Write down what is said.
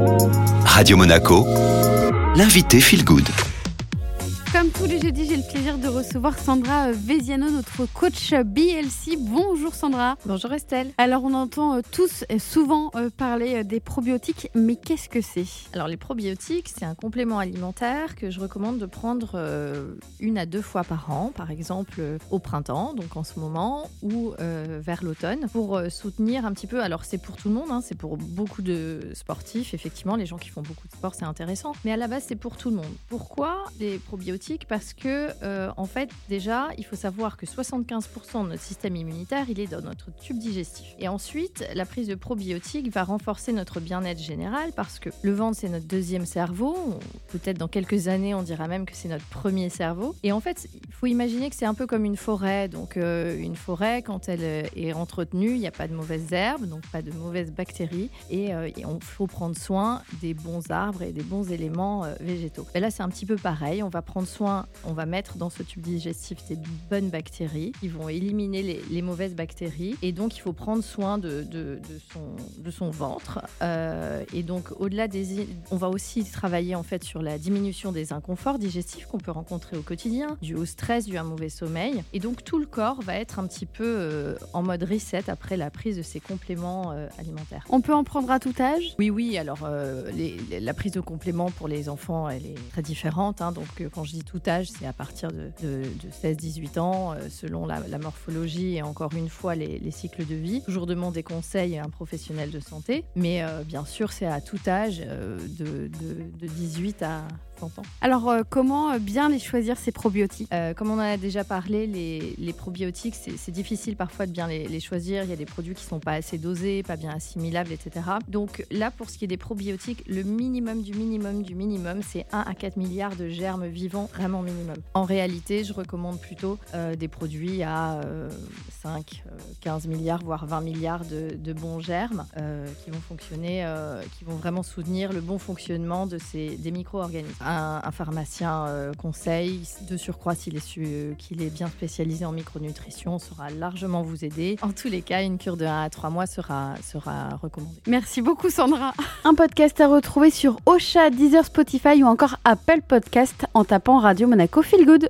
Radio Monaco, l'invité Feel Good. Comme tous les jeudis, j'ai le plaisir de recevoir Sandra Veziano, notre coach BLC. Bonjour Sandra. Bonjour Estelle. Alors on entend tous souvent parler des probiotiques, mais qu'est-ce que c'est ? Alors les probiotiques, c'est un complément alimentaire que je recommande de prendre 1 à 2 fois par an, par exemple au printemps, donc en ce moment, ou vers l'automne, pour soutenir un petit peu. Alors c'est pour tout le monde, c'est pour beaucoup de sportifs, effectivement, les gens qui font beaucoup de sport, c'est intéressant, mais à la base c'est pour tout le monde. Pourquoi les probiotiques ? Parce que, en fait, déjà, il faut savoir que 75% de notre système immunitaire, il est dans notre tube digestif. Et ensuite, la prise de probiotiques va renforcer notre bien-être général parce que le ventre, c'est notre deuxième cerveau. Peut-être dans quelques années, on dira même que c'est notre premier cerveau. Et en fait, il faut imaginer que c'est un peu comme une forêt. Donc, une forêt, quand elle est entretenue, il n'y a pas de mauvaises herbes, donc pas de mauvaises bactéries. Et il faut prendre soin des bons arbres et des bons éléments végétaux. Et là, c'est un petit peu pareil. On va prendre soin, on va mettre dans ce tube digestif des bonnes bactéries qui vont éliminer les mauvaises bactéries, et donc il faut prendre soin de son ventre, et donc au-delà on va aussi travailler en fait sur la diminution des inconforts digestifs qu'on peut rencontrer au quotidien, dû au stress, dû à un mauvais sommeil, et donc tout le corps va être un petit peu en mode reset après la prise de ces compléments alimentaires. On peut en prendre à tout âge ? Oui, alors la prise de compléments pour les enfants, elle est très différente, donc quand je dis tout âge, c'est à partir de 16-18 ans, selon la morphologie et encore une fois les cycles de vie. Toujours demander conseil à un professionnel de santé, mais bien sûr, c'est à tout âge, de 18 à 100 ans. Alors, comment bien les choisir, ces probiotiques ? Comme on en a déjà parlé, les probiotiques, c'est difficile parfois de bien les choisir. Il y a des produits qui ne sont pas assez dosés, pas bien assimilables, etc. Donc là, pour ce qui est des probiotiques, le minimum du minimum, c'est 1 à 4 milliards de germes vivants, vraiment minimum. En réalité, je recommande plutôt des produits à 5, 15 milliards, voire 20 milliards de bons germes qui vont fonctionner, qui vont vraiment soutenir le bon fonctionnement des micro-organismes. Un pharmacien conseil, de surcroît qu'il est bien spécialisé en micronutrition, saura largement vous aider. En tous les cas, une cure de 1 à 3 mois sera recommandée. Merci beaucoup Sandra. Un podcast à retrouver sur Ocha, Deezer, Spotify ou encore Apple Podcast en tapant Radio Monaco Feel Good.